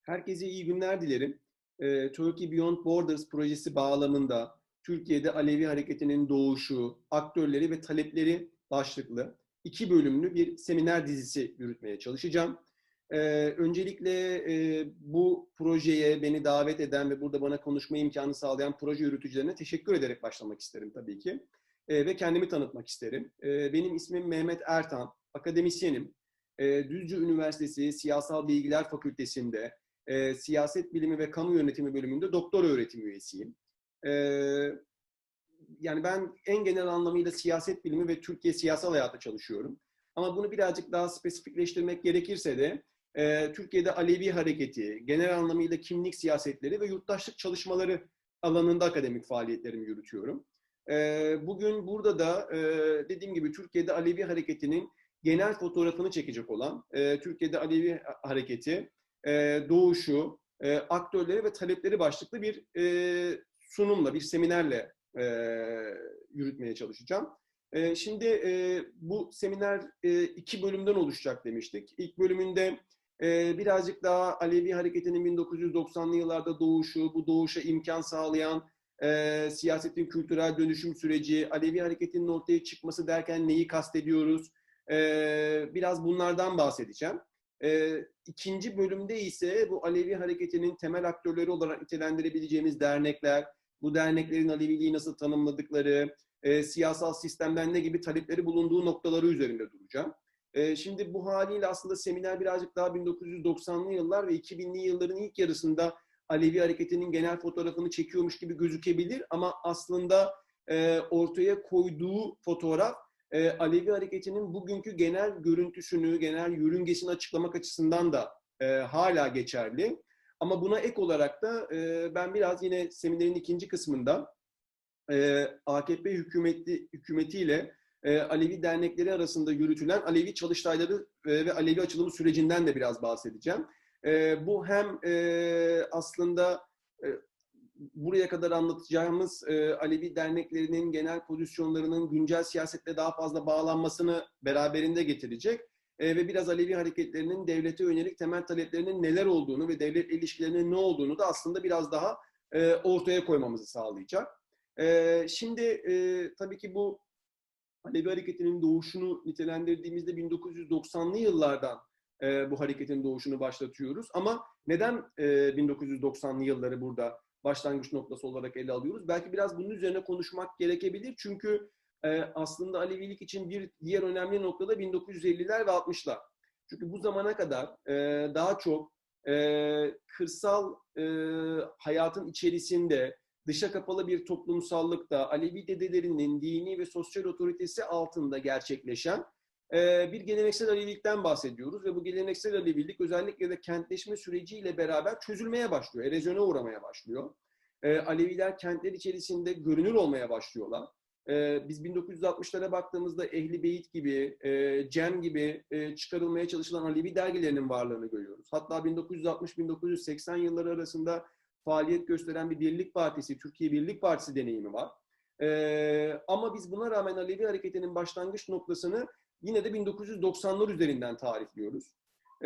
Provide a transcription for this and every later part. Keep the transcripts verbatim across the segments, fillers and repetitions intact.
Herkese iyi günler dilerim. Ee, Turkey Beyond Borders projesi bağlamında Türkiye'de Alevi hareketinin doğuşu, aktörleri ve talepleri başlıklı iki bölümlü bir seminer dizisi yürütmeye çalışacağım. Ee, öncelikle e, bu projeye beni davet eden ve burada bana konuşma imkanı sağlayan proje yürütücülerine teşekkür ederek başlamak isterim tabii ki. Ee, ve kendimi tanıtmak isterim. Ee, benim ismim Mehmet Ertan, akademisyenim. Ee, Düzce Üniversitesi Siyasal Bilgiler Fakültesi'nde e, siyaset bilimi ve kamu yönetimi bölümünde doktor öğretim üyesiyim. E, yani ben en genel anlamıyla siyaset bilimi ve Türkiye siyasal hayatı çalışıyorum. Ama bunu birazcık daha spesifikleştirmek gerekirse de e, Türkiye'de Alevi hareketi, genel anlamıyla kimlik siyasetleri ve yurttaşlık çalışmaları alanında akademik faaliyetlerimi yürütüyorum. E, bugün burada da e, dediğim gibi Türkiye'de Alevi hareketinin genel fotoğrafını çekecek olan e, Türkiye'de Alevi hareketi, e, doğuşu, e, aktörleri ve talepleri başlıklı bir e, sunumla, bir seminerle e, yürütmeye çalışacağım. E, şimdi e, bu seminer e, iki bölümden oluşacak demiştik. İlk bölümünde e, birazcık daha Alevi hareketinin bin dokuz yüz doksanlı yıllarda doğuşu, bu doğuşa imkan sağlayan e, siyasetin kültürel dönüşüm süreci, Alevi hareketinin ortaya çıkması derken neyi kastediyoruz? E, biraz bunlardan bahsedeceğim. E, ikinci bölümde ise bu Alevi hareketinin temel aktörleri olarak nitelendirebileceğimiz dernekler, bu derneklerin Aleviliği nasıl tanımladıkları, e, siyasal sistemden ne gibi talepleri bulunduğu noktaları üzerinde duracağım. E, şimdi bu haliyle aslında seminer birazcık daha bin dokuz yüz doksanlı yıllar ve iki binli yılların ilk yarısında Alevi hareketinin genel fotoğrafını çekiyormuş gibi gözükebilir ama aslında e, ortaya koyduğu fotoğraf e, Alevi hareketinin bugünkü genel görüntüsünü, genel yörüngesini açıklamak açısından da e, hala geçerli. Ama buna ek olarak da e, ben biraz yine seminerin ikinci kısmında e, A K P hükümeti, hükümetiyle e, Alevi dernekleri arasında yürütülen Alevi çalıştayları e, ve Alevi açılımı sürecinden de biraz bahsedeceğim. E, bu hem e, aslında e, buraya kadar anlatacağımız e, Alevi derneklerinin genel pozisyonlarının güncel siyasetle daha fazla bağlanmasını beraberinde getirecek. E, ve biraz Alevi hareketlerinin devlete yönelik temel taleplerinin neler olduğunu ve devlet ilişkilerinin ne olduğunu da aslında biraz daha e, ortaya koymamızı sağlayacak. E, şimdi e, tabii ki bu Alevi hareketinin doğuşunu nitelendirdiğimizde bin dokuz yüz doksanlı yıllardan e, bu hareketin doğuşunu başlatıyoruz. Ama neden e, bin dokuz yüz doksanlı yılları burada başlangıç noktası olarak ele alıyoruz? Belki biraz bunun üzerine konuşmak gerekebilir. Çünkü e, aslında Alevilik için bir diğer önemli noktada bin dokuz yüz elliler ve altmışlar. Çünkü bu zamana kadar e, daha çok e, kırsal e, hayatın içerisinde dışa kapalı bir toplumsallıkta Alevi dedelerinin dini ve sosyal otoritesi altında gerçekleşen e, bir geleneksel Alevilikten bahsediyoruz. Ve bu geleneksel Alevilik özellikle de kentleşme süreciyle beraber çözülmeye başlıyor, erozyona uğramaya başlıyor. E, Aleviler kentler içerisinde görünür olmaya başlıyorlar. E, biz bin dokuz yüz altmışlara baktığımızda Ehli Beyt gibi, e, Cem gibi e, çıkarılmaya çalışılan Alevi dergilerinin varlığını görüyoruz. Hatta bin dokuz yüz altmış bin dokuz yüz seksen yılları arasında faaliyet gösteren bir Birlik Partisi, Türkiye Birlik Partisi deneyimi var. Ee, ama biz buna rağmen Alevi hareketinin başlangıç noktasını yine de bin dokuz yüz doksanlar üzerinden tarifliyoruz.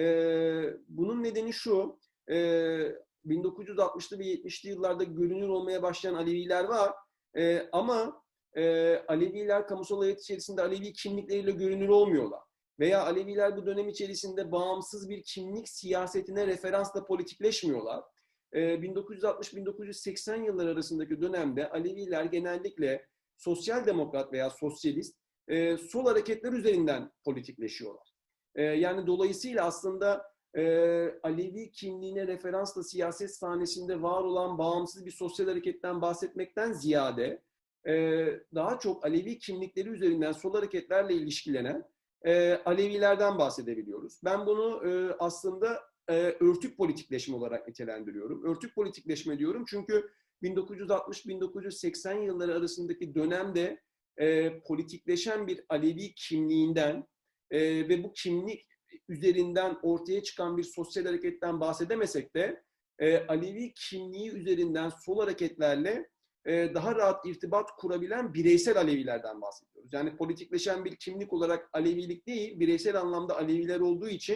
Ee, bunun nedeni şu, e, bin dokuz yüz altmışlı ve yetmişli yıllarda görünür olmaya başlayan Aleviler var. E, ama e, Aleviler kamusal hayat içerisinde Alevi kimlikleriyle görünür olmuyorlar. Veya Aleviler bu dönem içerisinde bağımsız bir kimlik siyasetine referansla politikleşmiyorlar. bin dokuz yüz altmış bin dokuz yüz seksen yılları arasındaki dönemde Aleviler genellikle sosyal demokrat veya sosyalist e, sol hareketler üzerinden politikleşiyorlar. E, yani dolayısıyla aslında e, Alevi kimliğine referansla siyaset sahnesinde var olan bağımsız bir sosyal hareketten bahsetmekten ziyade e, daha çok Alevi kimlikleri üzerinden sol hareketlerle ilişkilenen e, Alevilerden bahsedebiliyoruz. Ben bunu e, aslında e, örtük politikleşme olarak nitelendiriyorum. Örtük politikleşme diyorum çünkü bin dokuz yüz altmış bin dokuz yüz seksen yılları arasındaki dönemde e, politikleşen bir Alevi kimliğinden e, ve bu kimlik üzerinden ortaya çıkan bir sosyal hareketten bahsedemesek de e, Alevi kimliği üzerinden sol hareketlerle e, daha rahat irtibat kurabilen bireysel Alevilerden bahsediyoruz. Yani politikleşen bir kimlik olarak Alevilik değil, bireysel anlamda Aleviler olduğu için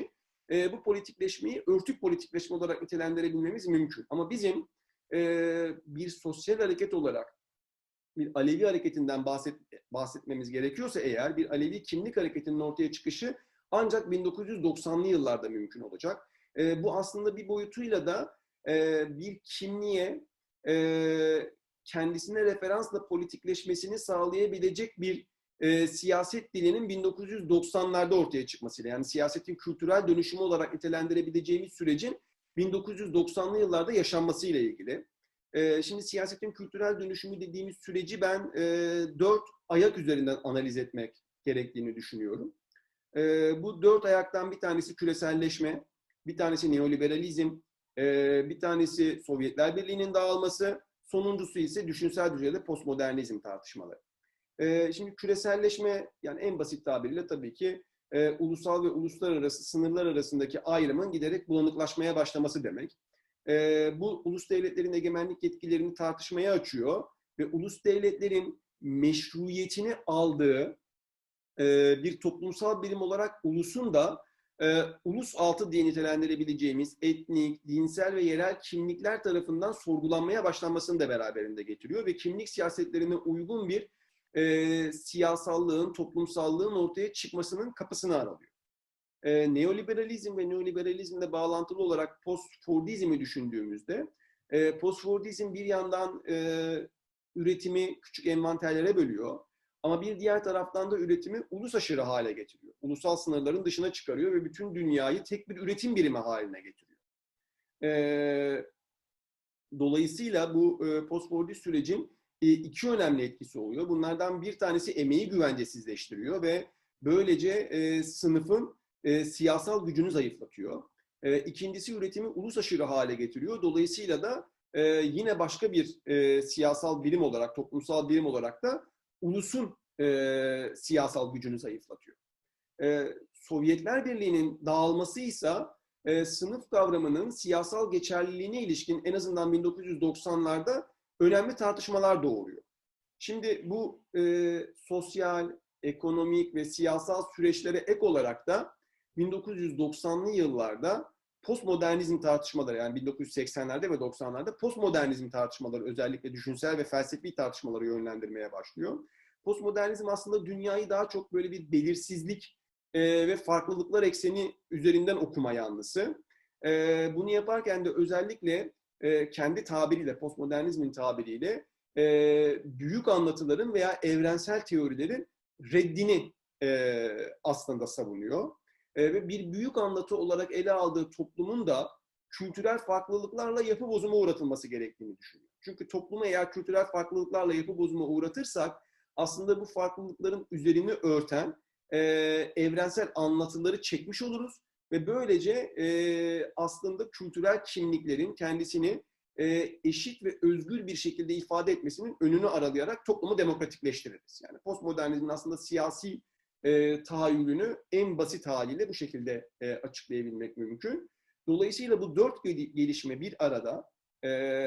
e, bu politikleşmeyi örtük politikleşme olarak nitelendirebilmemiz mümkün. Ama bizim e, bir sosyal hareket olarak bir Alevi hareketinden bahset, bahsetmemiz gerekiyorsa eğer, bir Alevi kimlik hareketinin ortaya çıkışı ancak bin dokuz yüz doksanlı yıllarda mümkün olacak. E, bu aslında bir boyutuyla da e, bir kimliğe e, kendisine referansla politikleşmesini sağlayabilecek bir e, siyaset dilinin bin dokuz yüz doksanlarda ortaya çıkmasıyla, yani siyasetin kültürel dönüşümü olarak nitelendirebileceğimiz sürecin bin dokuz yüz doksanlı yıllarda yaşanmasıyla ilgili. E, şimdi siyasetin kültürel dönüşümü dediğimiz süreci ben e, dört ayak üzerinden analiz etmek gerektiğini düşünüyorum. E, bu dört ayaktan bir tanesi küreselleşme, bir tanesi neoliberalizm, e, bir tanesi Sovyetler Birliği'nin dağılması, sonuncusu ise düşünsel düzeyde postmodernizm tartışmaları. E, şimdi küreselleşme, yani en basit tabiriyle tabii ki e, ulusal ve uluslararası sınırlar arasındaki ayrımın giderek bulanıklaşmaya başlaması demek. E, bu ulus devletlerin egemenlik yetkilerini tartışmaya açıyor ve ulus devletlerin meşruiyetini aldığı e, bir toplumsal birim olarak ulusun da e, ulus altı diye nitelendirebileceğimiz etnik, dinsel ve yerel kimlikler tarafından sorgulanmaya başlanmasını da beraberinde getiriyor ve kimlik siyasetlerine uygun bir e, siyasallığın, toplumsallığın ortaya çıkmasının kapısını aralıyor. E, neoliberalizm ve neoliberalizmle bağlantılı olarak post-Fordizmi düşündüğümüzde, e, post-Fordizm bir yandan e, üretimi küçük envanterlere bölüyor, ama bir diğer taraftan da üretimi ulus aşırı hale getiriyor. Ulusal sınırların dışına çıkarıyor ve bütün dünyayı tek bir üretim birimi haline getiriyor. E, dolayısıyla bu e, post-Fordist sürecin e, iki önemli etkisi oluyor. Bunlardan bir tanesi emeği güvencesizleştiriyor ve böylece e, sınıfın e, siyasal gücünü zayıflatıyor. E, ikincisi üretimi ulus aşırı hale getiriyor. Dolayısıyla da e, yine başka bir e, siyasal birim olarak, toplumsal birim olarak da ulusun e, siyasal gücünü zayıflatıyor. E, Sovyetler Birliği'nin dağılması ise e, sınıf kavramının siyasal geçerliliğine ilişkin en azından bin dokuz yüz doksanlarda önemli tartışmalar doğuruyor. Şimdi bu e, sosyal, ekonomik ve siyasal süreçlere ek olarak da bin dokuz yüz doksanlı yıllarda postmodernizm tartışmaları, yani bin dokuz yüz seksenlerde ve doksanlarda postmodernizm tartışmaları özellikle düşünsel ve felsefi tartışmaları yönlendirmeye başlıyor. Postmodernizm aslında dünyayı daha çok böyle bir belirsizlik e, ve farklılıklar ekseni üzerinden okuma yanlısı. E, bunu yaparken de özellikle e, kendi tabiriyle, postmodernizmin tabiriyle e, büyük anlatıların veya evrensel teorilerin reddini e, aslında savunuyor. E, ve bir büyük anlatı olarak ele aldığı toplumun da kültürel farklılıklarla yapı bozuma uğratılması gerektiğini düşünüyor. Çünkü toplumu eğer kültürel farklılıklarla yapı bozuma uğratırsak, aslında bu farklılıkların üzerini örten e, evrensel anlatıları çekmiş oluruz ve böylece e, aslında kültürel kimliklerin kendisini e, eşit ve özgür bir şekilde ifade etmesinin önünü aralayarak toplumu demokratikleştiririz. Yani postmodernizmin aslında siyasi e, tahayyülünü en basit haliyle bu şekilde e, açıklayabilmek mümkün. Dolayısıyla bu dört gelişme bir arada, e,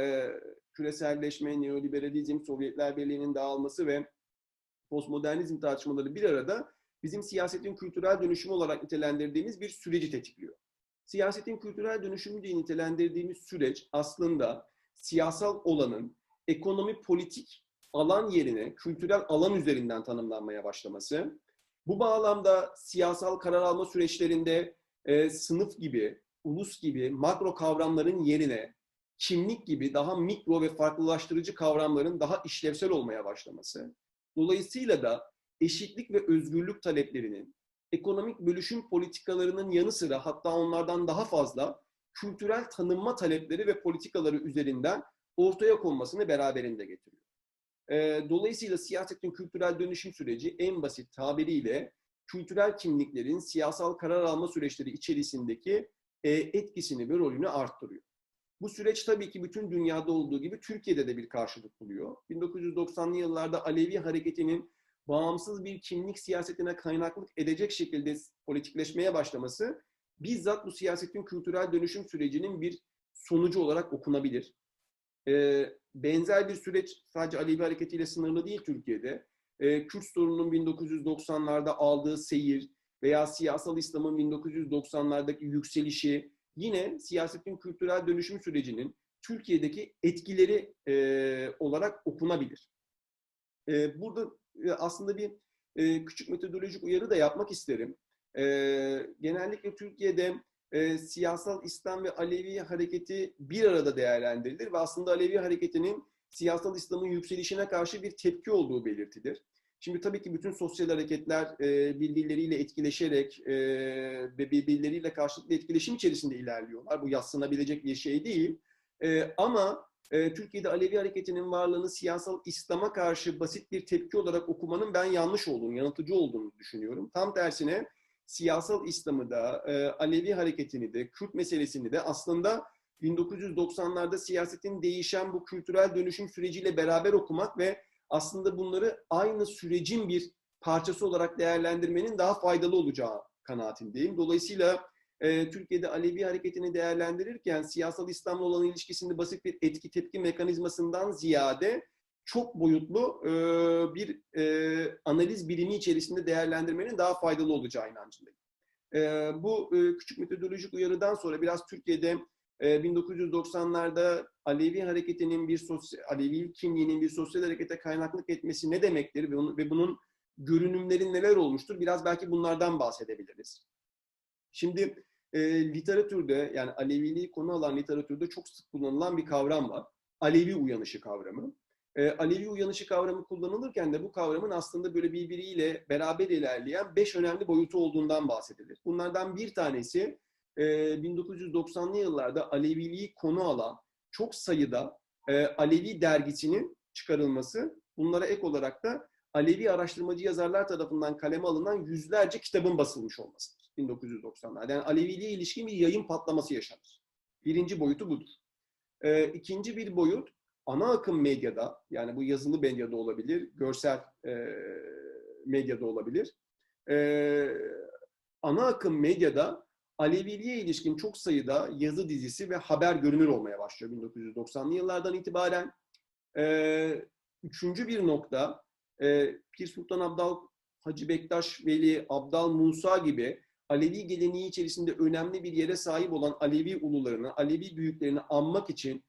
küreselleşme, neoliberalizm, Sovyetler Birliği'nin dağılması ve postmodernizm tartışmaları bir arada bizim siyasetin kültürel dönüşümü olarak nitelendirdiğimiz bir süreci tetikliyor. Siyasetin kültürel dönüşümü diye nitelendirdiğimiz süreç aslında siyasal olanın ekonomi politik alan yerine kültürel alan üzerinden tanımlanmaya başlaması. Bu bağlamda siyasal karar alma süreçlerinde e, sınıf gibi, ulus gibi makro kavramların yerine kimlik gibi daha mikro ve farklılaştırıcı kavramların daha işlevsel olmaya başlaması. Dolayısıyla da eşitlik ve özgürlük taleplerinin, ekonomik bölüşüm politikalarının yanı sıra, hatta onlardan daha fazla kültürel tanınma talepleri ve politikaları üzerinden ortaya konmasını beraberinde getiriyor. Dolayısıyla siyasetin kültürel dönüşüm süreci en basit tabiriyle kültürel kimliklerin siyasal karar alma süreçleri içerisindeki etkisini ve rolünü arttırıyor. Bu süreç tabii ki bütün dünyada olduğu gibi Türkiye'de de bir karşılık buluyor. bin dokuz yüz doksanlı yıllarda Alevi hareketinin bağımsız bir kimlik siyasetine kaynaklık edecek şekilde politikleşmeye başlaması bizzat bu siyasetin kültürel dönüşüm sürecinin bir sonucu olarak okunabilir. Ee, benzer bir süreç sadece Alevi hareketiyle sınırlı değil Türkiye'de. Ee, Kürt sorununun bin dokuz yüz doksanlarda aldığı seyir veya siyasal İslam'ın bin dokuz yüz doksanlardaki yükselişi yine siyasetin kültürel dönüşüm sürecinin Türkiye'deki etkileri e, olarak okunabilir. E, burada e, aslında bir e, küçük metodolojik uyarı da yapmak isterim. E, genellikle Türkiye'de e, siyasal İslam ve Alevi hareketi bir arada değerlendirilir ve aslında Alevi hareketinin siyasal İslam'ın yükselişine karşı bir tepki olduğu belirtilir. Şimdi tabii ki bütün sosyal hareketler e, birbirleriyle etkileşerek e, ve birbirleriyle karşılıklı etkileşim içerisinde ilerliyorlar. Bu yadsınabilecek bir şey değil. E, ama e, Türkiye'de Alevi hareketinin varlığını siyasal İslam'a karşı basit bir tepki olarak okumanın ben yanlış olduğunu, yanıltıcı olduğunu düşünüyorum. Tam tersine siyasal İslam'ı da, e, Alevi hareketini de, Kürt meselesini de aslında bin dokuz yüz doksanlarda siyasetin değişen bu kültürel dönüşüm süreciyle beraber okumak ve aslında bunları aynı sürecin bir parçası olarak değerlendirmenin daha faydalı olacağı kanaatindeyim. Dolayısıyla e, Türkiye'de Alevi hareketini değerlendirirken siyasal İslam'la olan ilişkisini basit bir etki tepki mekanizmasından ziyade çok boyutlu e, bir e, analiz birimi içerisinde değerlendirmenin daha faydalı olacağı inancındayım. E, bu e, küçük metodolojik uyarıdan sonra biraz Türkiye'de bin dokuz yüz doksanlarda Alevi hareketinin bir sosyal, Alevi kimliğinin bir sosyal harekete kaynaklık etmesi ne demektir ve, onun, ve bunun görünümleri neler olmuştur? Biraz belki bunlardan bahsedebiliriz. Şimdi e, literatürde, yani Aleviliği konu alan literatürde çok sık kullanılan bir kavram var. Alevi uyanışı kavramı. E, Alevi uyanışı kavramı kullanılırken de bu kavramın aslında böyle birbiriyle beraber ilerleyen beş önemli boyutu olduğundan bahsedilir. Bunlardan bir tanesi bin dokuz yüz doksanlı yıllarda Aleviliği konu alan çok sayıda e, Alevi dergisinin çıkarılması, bunlara ek olarak da Alevi araştırmacı yazarlar tarafından kaleme alınan yüzlerce kitabın basılmış olmasıdır bin dokuz yüz doksanlarda. Yani Aleviliğe ilişkin bir yayın patlaması yaşanır. Birinci boyutu budur. E, ikinci bir boyut, ana akım medyada, yani bu yazılı medyada olabilir, görsel e, medyada olabilir. E, ana akım medyada Aleviliğe ilişkin çok sayıda yazı dizisi ve haber görünür olmaya başlıyor bin dokuz yüz doksanlı yıllardan itibaren. Ee, üçüncü bir nokta, e, Pir Sultan Abdal, Hacı Bektaş Veli, Abdal Musa gibi Alevi geleneği içerisinde önemli bir yere sahip olan Alevi ulularını, Alevi büyüklerini anmak için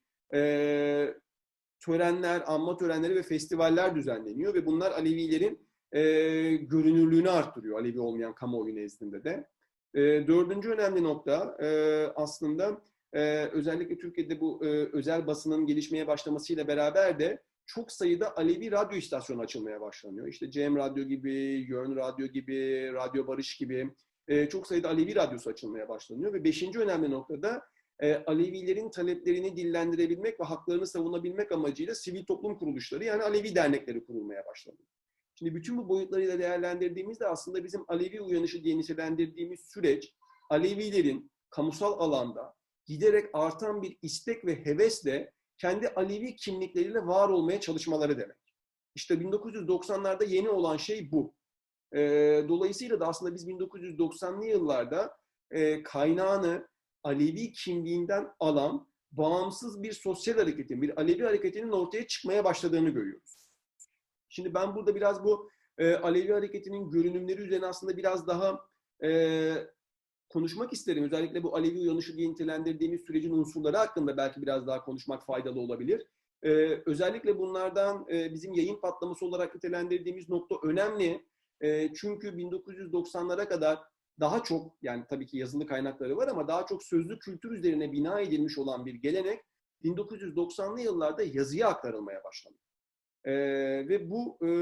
e, törenler, anma törenleri ve festivaller düzenleniyor ve bunlar Alevilerin e, görünürlüğünü arttırıyor, Alevi olmayan kamuoyu nezdinde de. E, dördüncü önemli nokta e, aslında e, özellikle Türkiye'de bu e, özel basının gelişmeye başlamasıyla beraber de çok sayıda Alevi radyo istasyonu açılmaya başlanıyor. İşte Cem Radyo gibi, Yön Radyo gibi, Radyo Barış gibi e, çok sayıda Alevi radyosu açılmaya başlanıyor. Ve beşinci önemli noktada e, Alevilerin taleplerini dillendirebilmek ve haklarını savunabilmek amacıyla sivil toplum kuruluşları, yani Alevi dernekleri kurulmaya başlanıyor. Şimdi bütün bu boyutlarıyla değerlendirdiğimizde aslında bizim Alevi uyanışı diye nitelendirdiğimiz süreç, Alevilerin kamusal alanda giderek artan bir istek ve hevesle kendi Alevi kimlikleriyle var olmaya çalışmaları demek. İşte bin dokuz yüz doksanlarda yeni olan şey bu. Dolayısıyla da aslında biz bin dokuz yüz doksanlı yıllarda kaynağını Alevi kimliğinden alan bağımsız bir sosyal hareketin, bir Alevi hareketinin ortaya çıkmaya başladığını görüyoruz. Şimdi ben burada biraz bu e, Alevi hareketinin görünümleri üzerine aslında biraz daha e, konuşmak isterim. Özellikle bu Alevi uyanışı diye nitelendirdiğimiz sürecin unsurları hakkında belki biraz daha konuşmak faydalı olabilir. E, özellikle bunlardan e, bizim yayın patlaması olarak nitelendirdiğimiz nokta önemli. E, çünkü bin dokuz yüz doksanlara kadar daha çok, yani tabii ki yazılı kaynakları var ama daha çok sözlü kültür üzerine bina edilmiş olan bir gelenek bin dokuz yüz doksanlı yıllarda yazıya aktarılmaya başlandı. Ee, ve bu e,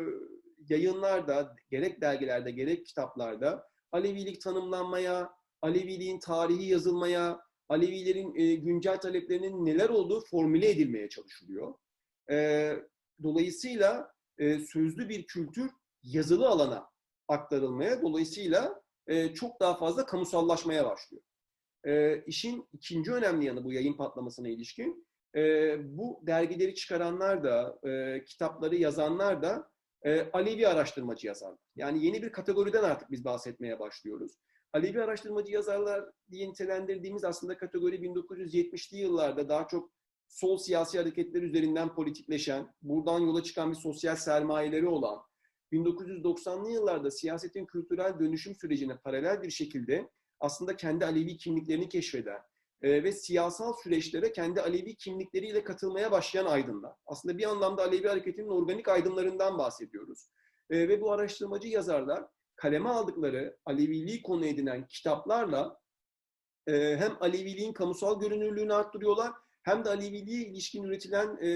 yayınlarda, gerek dergilerde gerek kitaplarda Alevilik tanımlanmaya, Aleviliğin tarihi yazılmaya, Alevilerin e, güncel taleplerinin neler olduğu formüle edilmeye çalışılıyor. E, dolayısıyla e, sözlü bir kültür yazılı alana aktarılmaya, dolayısıyla e, çok daha fazla kamusallaşmaya başlıyor. E, işin ikinci önemli yanı bu yayın patlamasına ilişkin, e, bu dergileri çıkaranlar da, e, kitapları yazanlar da e, Alevi araştırmacı yazarlar. Yani yeni bir kategoriden artık biz bahsetmeye başlıyoruz. Alevi araştırmacı yazarlar diye nitelendirdiğimiz aslında kategori bin dokuz yüz yetmişli yıllarda daha çok sol siyasi hareketler üzerinden politikleşen, buradan yola çıkan bir sosyal sermayeleri olan, bin dokuz yüz doksanlı yıllarda siyasetin kültürel dönüşüm sürecine paralel bir şekilde aslında kendi Alevi kimliklerini keşfeden e, ve siyasal süreçlere kendi Alevi kimlikleriyle katılmaya başlayan aydınlar. Aslında bir anlamda Alevi hareketinin organik aydınlarından bahsediyoruz. E, ve bu araştırmacı yazarlar kaleme aldıkları Aleviliği konu edinen kitaplarla e, hem Aleviliğin kamusal görünürlüğünü arttırıyorlar hem de Aleviliğe ilişkin üretilen e,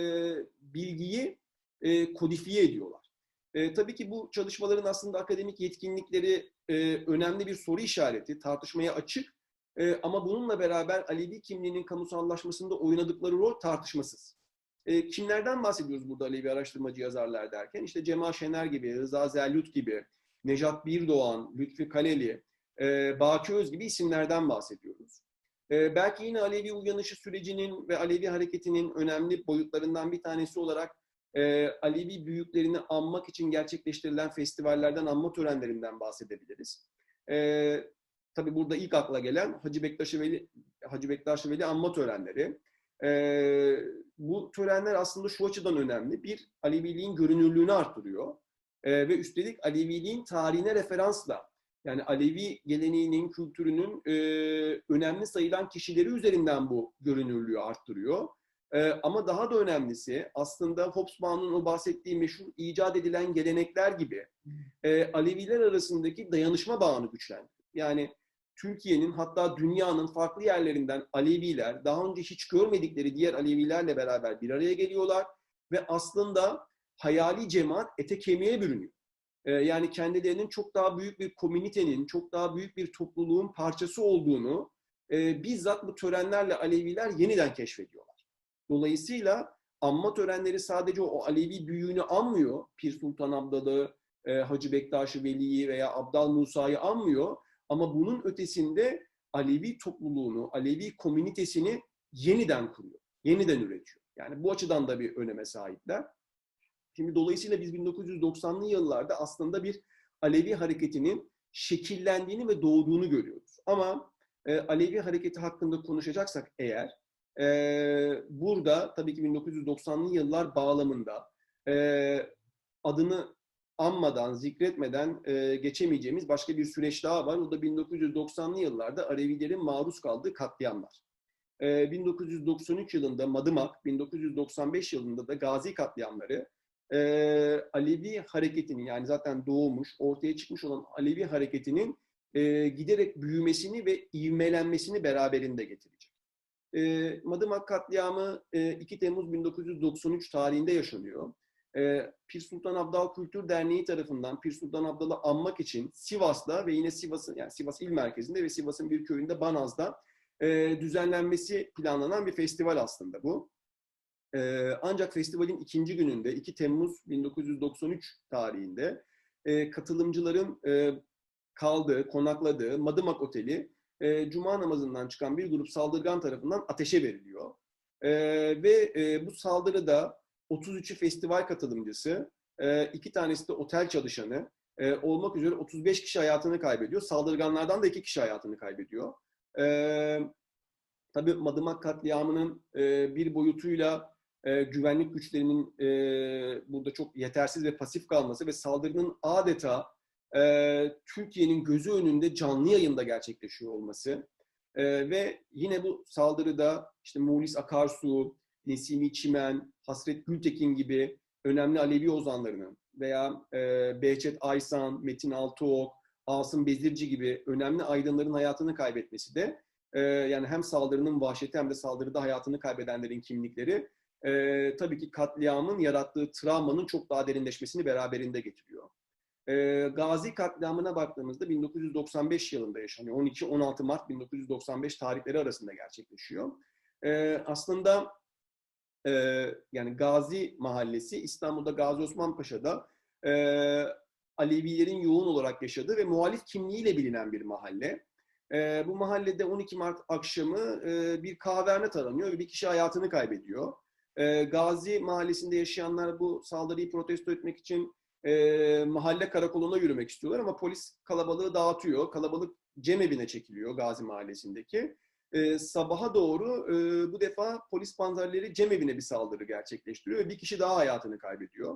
bilgiyi e, kodifiye ediyorlar. E, tabii ki bu çalışmaların aslında akademik yetkinlikleri e, önemli bir soru işareti, tartışmaya açık. E, ama bununla beraber Alevi kimliğinin kamusallaşmasında oynadıkları rol tartışmasız. E, kimlerden bahsediyoruz burada Alevi araştırmacı yazarlar derken? İşte Cemal Şener gibi, Rıza Zerlut gibi, Nejat Birdoğan, Lütfi Kaleli, e, Baki Öz gibi isimlerden bahsediyoruz. E, belki yine Alevi uyanışı sürecinin ve Alevi hareketinin önemli boyutlarından bir tanesi olarak e, Alevi büyüklerini anmak için gerçekleştirilen festivallerden, anma törenlerinden bahsedebiliriz. E, tabii burada ilk akla gelen Hacı Bektaş Veli, Hacı Bektaş Veli anma törenleri. E, bu törenler aslında şu açıdan önemli. Bir, Aleviliğin görünürlüğünü arttırıyor. E, ve üstelik Aleviliğin tarihine referansla, yani Alevi geleneğinin, kültürünün e, önemli sayılan kişileri üzerinden bu görünürlüğü arttırıyor. E, ama daha da önemlisi aslında Hobsbawm'ın o bahsettiği meşhur icat edilen gelenekler gibi e, Aleviler arasındaki dayanışma bağını güçlendiriyor. Yani Türkiye'nin hatta dünyanın farklı yerlerinden Aleviler daha önce hiç görmedikleri diğer Alevilerle beraber bir araya geliyorlar ve aslında hayali cemaat ete kemiğe bürünüyor. Yani kendilerinin çok daha büyük bir komünitenin, çok daha büyük bir topluluğun parçası olduğunu e, bizzat bu törenlerle Aleviler yeniden keşfediyorlar. Dolayısıyla anma törenleri sadece o Alevi büyüğünü anmıyor. Pir Sultan Abdal'ı, e, Hacı Bektaş-ı Veli'yi veya Abdal Musa'yı anmıyor. Ama bunun ötesinde Alevi topluluğunu, Alevi komünitesini yeniden kuruyor, yeniden üretiyor. Yani bu açıdan da bir öneme sahipler. Şimdi dolayısıyla biz bin dokuz yüz doksanlı yıllarda aslında bir Alevi hareketinin şekillendiğini ve doğduğunu görüyoruz. Ama e, Alevi hareketi hakkında konuşacaksak eğer, e, burada tabii ki bin dokuz yüz doksanlı yıllar bağlamında e, adını anmadan, zikretmeden e, geçemeyeceğimiz başka bir süreç daha var. O da bin dokuz yüz doksanlı yıllarda Alevilerin maruz kaldığı katliamlar. E, bin dokuz yüz doksan üç yılında Madımak, bin dokuz yüz doksan beş yılında da Gazi katliamları, e, Alevi hareketinin, yani zaten doğmuş, ortaya çıkmış olan Alevi hareketinin e, giderek büyümesini ve ivmelenmesini beraberinde getirecek. E, Madımak katliamı e, iki Temmuz bin dokuz yüz doksan üç tarihinde yaşanıyor. E, Pir Sultan Abdal Kültür Derneği tarafından Pir Sultan Abdal'ı anmak için Sivas'ta ve yine Sivas'ın, yani Sivas il merkezinde ve Sivas'ın bir köyünde, Banaz'da e, düzenlenmesi planlanan bir festival aslında bu. E, ancak festivalin ikinci gününde, iki Temmuz bin dokuz yüz doksan üç tarihinde e, katılımcıların e, kaldığı, konakladığı Madımak Oteli e, Cuma namazından çıkan bir grup saldırgan tarafından ateşe veriliyor. E, ve e, bu saldırıda otuz üçü festival katılımcısı, e, iki tanesi de otel çalışanı e, olmak üzere otuz beş kişi hayatını kaybediyor. Saldırganlardan da iki kişi hayatını kaybediyor. E, tabii Madımak katliamının e, bir boyutuyla e, güvenlik güçlerinin e, burada çok yetersiz ve pasif kalması ve saldırının adeta e, Türkiye'nin gözü önünde canlı yayında gerçekleşiyor olması e, ve yine bu saldırıda işte Mulis Akarsu, Nesimi Çimen, Hasret Gültekin gibi önemli Alevi ozanlarının veya e, Behçet Aysan, Metin Altıok, Asım Bezirci gibi önemli aydınların hayatını kaybetmesi de e, yani hem saldırının vahşeti hem de saldırıda hayatını kaybedenlerin kimlikleri e, tabii ki katliamın yarattığı travmanın çok daha derinleşmesini beraberinde getiriyor. E, Gazi katliamına baktığımızda bin dokuz yüz doksan beş yılında yaşanıyor. on iki on altı Mart bin dokuz yüz doksan beş tarihleri arasında gerçekleşiyor. E, aslında e, yani Gazi Mahallesi İstanbul'da Gazi Osman Paşa'da e, Alevilerin yoğun olarak yaşadığı ve muhalif kimliğiyle bilinen bir mahalle. E, bu mahallede on iki Mart akşamı e, bir kahvehane taranıyor ve bir kişi hayatını kaybediyor. E, Gazi Mahallesi'nde yaşayanlar bu saldırıyı protesto etmek için e, mahalle karakoluna yürümek istiyorlar ama polis kalabalığı dağıtıyor. Kalabalık cemevine çekiliyor Gazi Mahallesi'ndeki. E, sabaha doğru e, bu defa polis panzerleri cemevine bir saldırı gerçekleştiriyor ve bir kişi daha hayatını kaybediyor.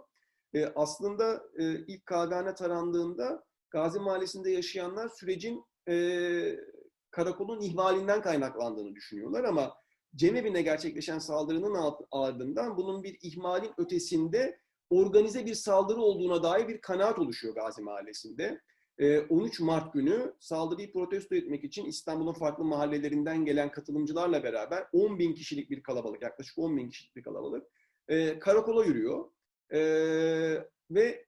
E, aslında e, ilk kağıthane tarandığında Gazi Mahallesi'nde yaşayanlar sürecin e, karakolun ihmalinden kaynaklandığını düşünüyorlar ama Cemevi'ne gerçekleşen saldırının ardından bunun bir ihmalin ötesinde organize bir saldırı olduğuna dair bir kanaat oluşuyor Gazi Mahallesi'nde. on üç Mart günü saldırıyı protesto etmek için İstanbul'un farklı mahallelerinden gelen katılımcılarla beraber on bin kişilik bir kalabalık, yaklaşık on bin kişilik bir kalabalık karakola yürüyor. Ve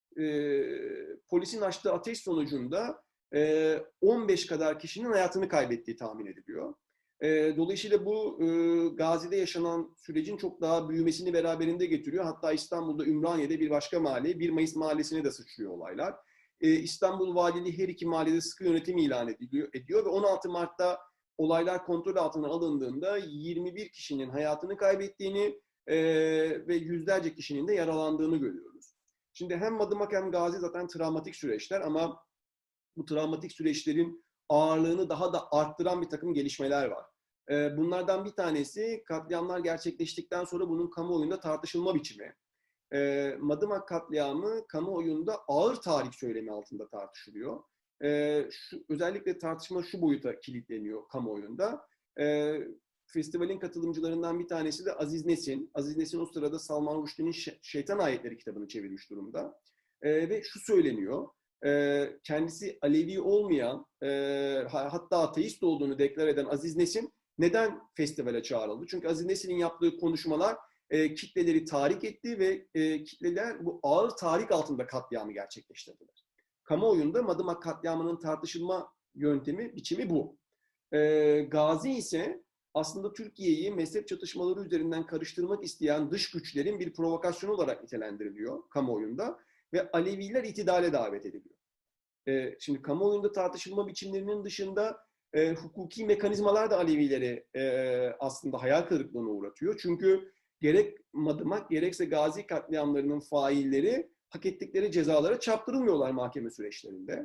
polisin açtığı ateş sonucunda on beş kadar kişinin hayatını kaybettiği tahmin ediliyor. Dolayısıyla bu Gazi'de yaşanan sürecin çok daha büyümesini beraberinde getiriyor. Hatta İstanbul'da Ümraniye'de bir başka mahalle, bir Mayıs Mahallesi'ne de sıçrıyor olaylar. İstanbul Valiliği her iki mahallede sıkı yönetim ilan ediliyor, ediyor ve on altı Mart'ta olaylar kontrol altına alındığında yirmi bir kişinin hayatını kaybettiğini ve yüzlerce kişinin de yaralandığını görüyoruz. Şimdi hem Madımak hem Gazi zaten travmatik süreçler ama bu travmatik süreçlerin ağırlığını daha da arttıran bir takım gelişmeler var. Bunlardan bir tanesi katliamlar gerçekleştikten sonra bunun kamuoyunda tartışılma biçimi. Madımak katliamı kamuoyunda ağır tarih söylemi altında tartışılıyor. Şu, özellikle tartışma şu boyuta kilitleniyor kamuoyunda. Festivalin katılımcılarından bir tanesi de Aziz Nesin. Aziz Nesin o sırada Salman Rushdie'nin Şeytan Ayetleri kitabını çevirmiş durumda. Ve şu söyleniyor. Kendisi Alevi olmayan, hatta ateist olduğunu deklar eden Aziz Nesin neden festivale çağrıldı? Çünkü Aziz Nesin'in yaptığı konuşmalar kitleleri tahrik etti ve kitleler bu ağır tahrik altında katliamı gerçekleştirdiler. Kamuoyunda Madımak katliamının tartışılma yöntemi, biçimi bu. Gazi ise aslında Türkiye'yi mezhep çatışmaları üzerinden karıştırmak isteyen dış güçlerin bir provokasyonu olarak nitelendiriliyor kamuoyunda ve Aleviler itidale davet ediliyor. E, şimdi kamuoyunda tartışılma biçimlerinin dışında e, hukuki mekanizmalar da Alevileri e, aslında hayal kırıklığına uğratıyor. Çünkü gerek Madımak gerekse Gazi katliamlarının failleri hak ettikleri cezalara çarptırılmıyorlar mahkeme süreçlerinde.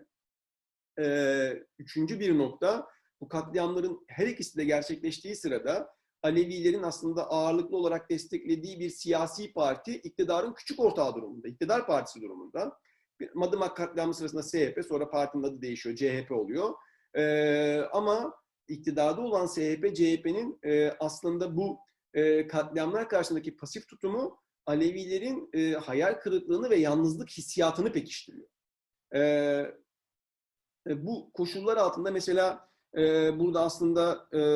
E, üçüncü bir nokta, bu katliamların her ikisi de gerçekleştiği sırada Alevilerin aslında ağırlıklı olarak desteklediği bir siyasi parti iktidarın küçük ortağı durumunda, iktidar partisi durumunda. Madımak katliamı sırasında S H P, sonra partinin adı değişiyor, C H P oluyor. Ee, ama iktidarda olan S H P, C H P'nin e, aslında bu e, katliamlar karşısındaki pasif tutumu Alevilerin e, hayal kırıklığını ve yalnızlık hissiyatını pekiştiriyor. Ee, bu koşullar altında mesela e, burada aslında e,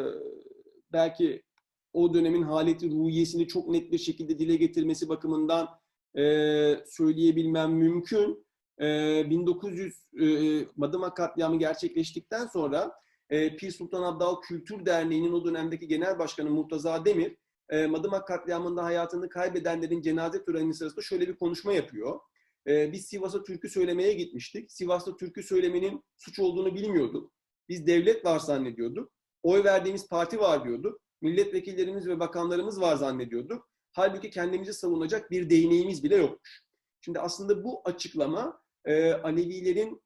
belki o dönemin haleti ruhiyesini çok net bir şekilde dile getirmesi bakımından e, söyleyebilmem mümkün. E, bin dokuz yüz e, Madımak katliamı gerçekleştikten sonra e, Pir Sultan Abdal Kültür Derneği'nin o dönemdeki genel başkanı Murtaza Demir, e, Madımak katliamında hayatını kaybedenlerin cenaze töreni sırasında şöyle bir konuşma yapıyor. E, biz Sivas'a türkü söylemeye gitmiştik. Sivas'ta türkü söylemenin suç olduğunu bilmiyorduk. Biz devlet var zannediyorduk. Oy verdiğimiz parti var diyorduk. Milletvekillerimiz ve bakanlarımız var zannediyorduk. Halbuki kendimizi savunacak bir değneğimiz bile yokmuş. Şimdi aslında bu açıklama e, Alevilerin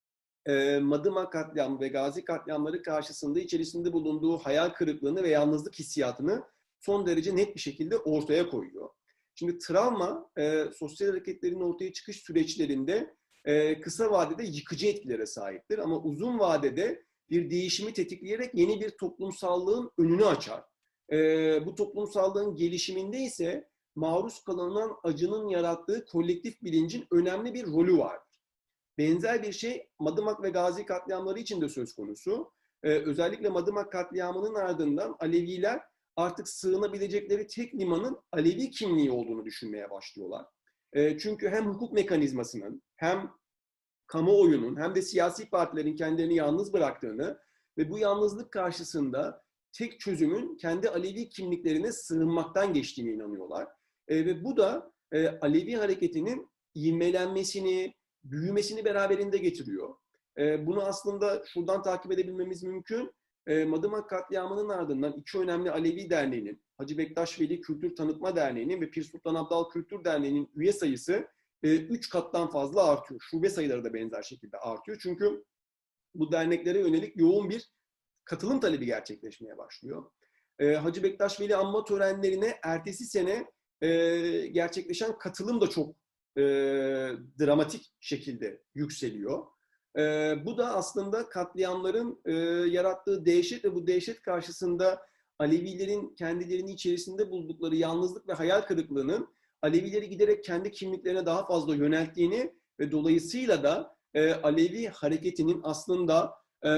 e, Madımak katliamı ve Gazi katliamları karşısında içerisinde bulunduğu hayal kırıklığını ve yalnızlık hissiyatını son derece net bir şekilde ortaya koyuyor. Şimdi travma, e, sosyal hareketlerin ortaya çıkış süreçlerinde e, kısa vadede yıkıcı etkilere sahiptir. Ama uzun vadede bir değişimi tetikleyerek yeni bir toplumsallığın önünü açar. E, bu toplumsallığın gelişiminde ise maruz kalınan acının yarattığı kolektif bilincin önemli bir rolü vardır. Benzer bir şey Madımak ve Gazi katliamları için de söz konusu. Ee, özellikle Madımak katliamının ardından Aleviler artık sığınabilecekleri tek limanın Alevi kimliği olduğunu düşünmeye başlıyorlar. Ee, çünkü hem hukuk mekanizmasının hem kamuoyunun hem de siyasi partilerin kendilerini yalnız bıraktığını ve bu yalnızlık karşısında tek çözümün kendi Alevi kimliklerine sığınmaktan geçtiğine inanıyorlar. Ee, ve bu da e, Alevi hareketinin ivmelenmesini, büyümesini beraberinde getiriyor. E, bunu aslında şuradan takip edebilmemiz mümkün. E, Madımak katliamının ardından iki önemli Alevi derneğinin, Hacı Bektaş Veli Kültür Tanıtma Derneği'nin ve Pir Sultan Abdal Kültür Derneği'nin üye sayısı e, üç kattan fazla artıyor. Şube sayıları da benzer şekilde artıyor. Çünkü bu derneklere yönelik yoğun bir katılım talebi gerçekleşmeye başlıyor. E, Hacı Bektaş Veli anma törenlerine ertesi sene e, gerçekleşen katılım da çok e, dramatik şekilde yükseliyor. E, bu da aslında katliamların e, yarattığı dehşet ve bu dehşet karşısında Alevilerin kendilerini içerisinde buldukları yalnızlık ve hayal kırıklığının Alevileri giderek kendi kimliklerine daha fazla yönelttiğini ve dolayısıyla da e, Alevi hareketinin aslında e,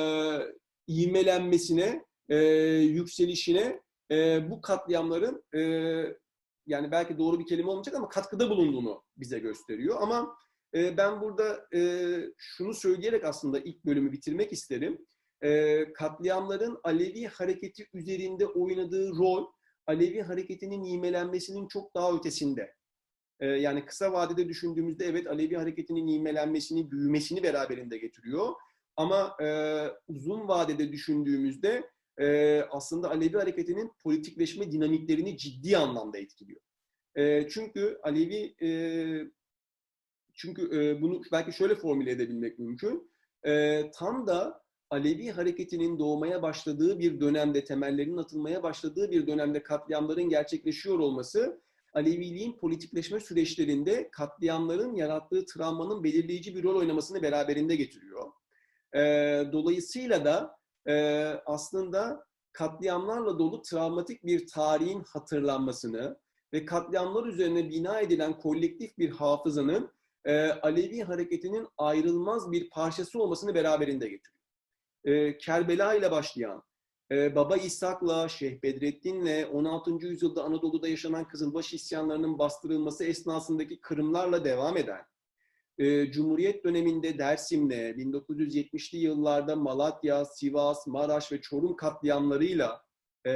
ivmelenmesine, e, yükselişine e, bu katliamların e, yani belki doğru bir kelime olmayacak ama katkıda bulunduğunu bize gösteriyor. Ama e, ben burada e, şunu söyleyerek aslında ilk bölümü bitirmek isterim. E, katliamların Alevi hareketi üzerinde oynadığı rol, Alevi hareketinin ivmelenmesinin çok daha ötesinde. E, yani kısa vadede düşündüğümüzde evet Alevi hareketinin ivmelenmesini, büyümesini beraberinde getiriyor. Ama e, uzun vadede düşündüğümüzde e, aslında Alevi hareketinin politikleşme dinamiklerini ciddi anlamda etkiliyor. E, çünkü Alevi e, çünkü e, bunu belki şöyle formüle edebilmek mümkün. E, tam da Alevi hareketinin doğmaya başladığı bir dönemde, temellerinin atılmaya başladığı bir dönemde katliamların gerçekleşiyor olması, Aleviliğin politikleşme süreçlerinde katliamların yarattığı travmanın belirleyici bir rol oynamasını beraberinde getiriyor. E, dolayısıyla da e, aslında katliamlarla dolu travmatik bir tarihin hatırlanmasını ve katliamlar üzerine bina edilen kolektif bir hafızanın e, Alevi hareketinin ayrılmaz bir parçası olmasını beraberinde getiriyor. E, Kerbela ile başlayan, e, Baba İshak'la, Şeyh Bedrettin'le, on altıncı yüzyılda Anadolu'da yaşanan Kızılbaş isyanlarının bastırılması esnasındaki kırımlarla devam eden, e, Cumhuriyet döneminde Dersim'le, bin dokuz yüz yetmişli yıllarda Malatya, Sivas, Maraş ve Çorum katliamlarıyla e,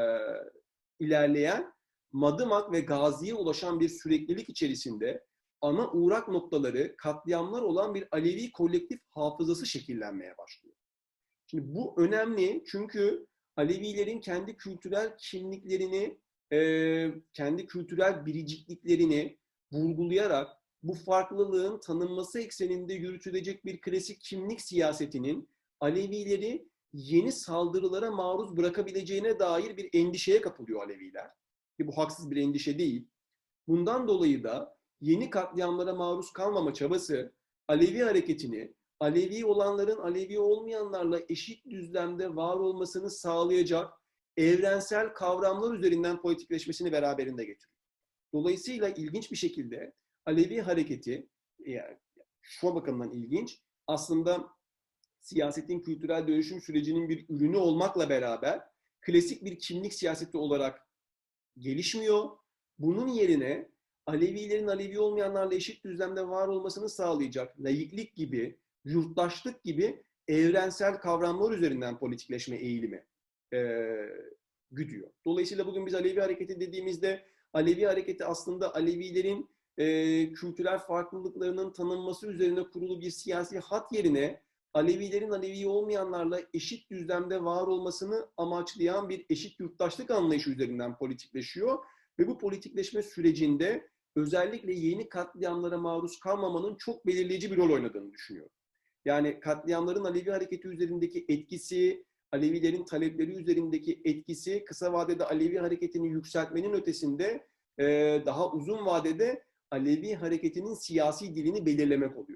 ilerleyen, Madımak ve Gazi'ye ulaşan bir süreklilik içerisinde ana uğrak noktaları katliamlar olan bir Alevi kolektif hafızası şekillenmeye başlıyor. Şimdi bu önemli çünkü Alevilerin kendi kültürel kimliklerini, e, kendi kültürel biricikliklerini vurgulayarak bu farklılığın tanınması ekseninde yürütülecek bir klasik kimlik siyasetinin Alevileri yeni saldırılara maruz bırakabileceğine dair bir endişeye kapılıyor Aleviler. Ki bu haksız bir endişe değil. Bundan dolayı da yeni katliamlara maruz kalmama çabası Alevi hareketini Alevi olanların Alevi olmayanlarla eşit düzlemde var olmasını sağlayacak evrensel kavramlar üzerinden politikleşmesini beraberinde getiriyor. Dolayısıyla ilginç bir şekilde Alevi hareketi, yani şu bakımdan ilginç, aslında siyasetin kültürel dönüşüm sürecinin bir ürünü olmakla beraber klasik bir kimlik siyaseti olarak gelişmiyor. Bunun yerine Alevilerin Alevi olmayanlarla eşit düzlemde var olmasını sağlayacak laiklik gibi, yurttaşlık gibi evrensel kavramlar üzerinden politikleşme eğilimi e, güdüyor. Dolayısıyla bugün biz Alevi hareketi dediğimizde Alevi hareketi aslında Alevilerin e, kültürel farklılıklarının tanınması üzerine kurulu bir siyasi hat yerine Alevilerin Alevi olmayanlarla eşit düzlemde var olmasını amaçlayan bir eşit yurttaşlık anlayışı üzerinden politikleşiyor. Ve bu politikleşme sürecinde özellikle yeni katliamlara maruz kalmamanın çok belirleyici bir rol oynadığını düşünüyorum. Yani katliamların Alevi hareketi üzerindeki etkisi, Alevilerin talepleri üzerindeki etkisi kısa vadede Alevi hareketini yükseltmenin ötesinde daha uzun vadede Alevi hareketinin siyasi dilini belirlemek oluyor.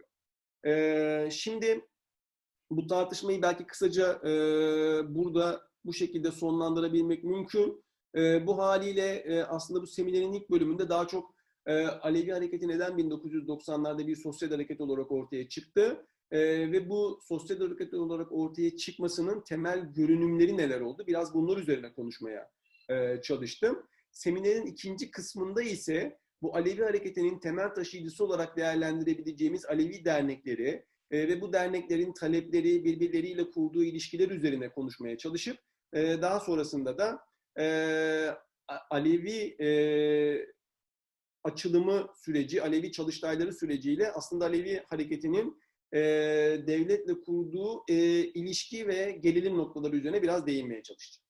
Şimdi bu tartışmayı belki kısaca e, burada bu şekilde sonlandırabilmek mümkün. E, bu haliyle e, aslında bu seminerin ilk bölümünde daha çok e, Alevi hareketi neden bin dokuz yüz doksanlarda bir sosyal hareket olarak ortaya çıktı e, ve bu sosyal hareket olarak ortaya çıkmasının temel görünümleri neler oldu? Biraz bunlar üzerine konuşmaya e, çalıştım. Seminerin ikinci kısmında ise bu Alevi hareketinin temel taşıyıcısı olarak değerlendirebileceğimiz Alevi dernekleri, E, ve bu derneklerin talepleri, birbirleriyle kurduğu ilişkiler üzerine konuşmaya çalışıp e, daha sonrasında da e, Alevi e, açılımı süreci, Alevi çalıştayları süreciyle aslında Alevi hareketinin e, devletle kurduğu e, ilişki ve gerilim noktaları üzerine biraz değinmeye çalışacağım.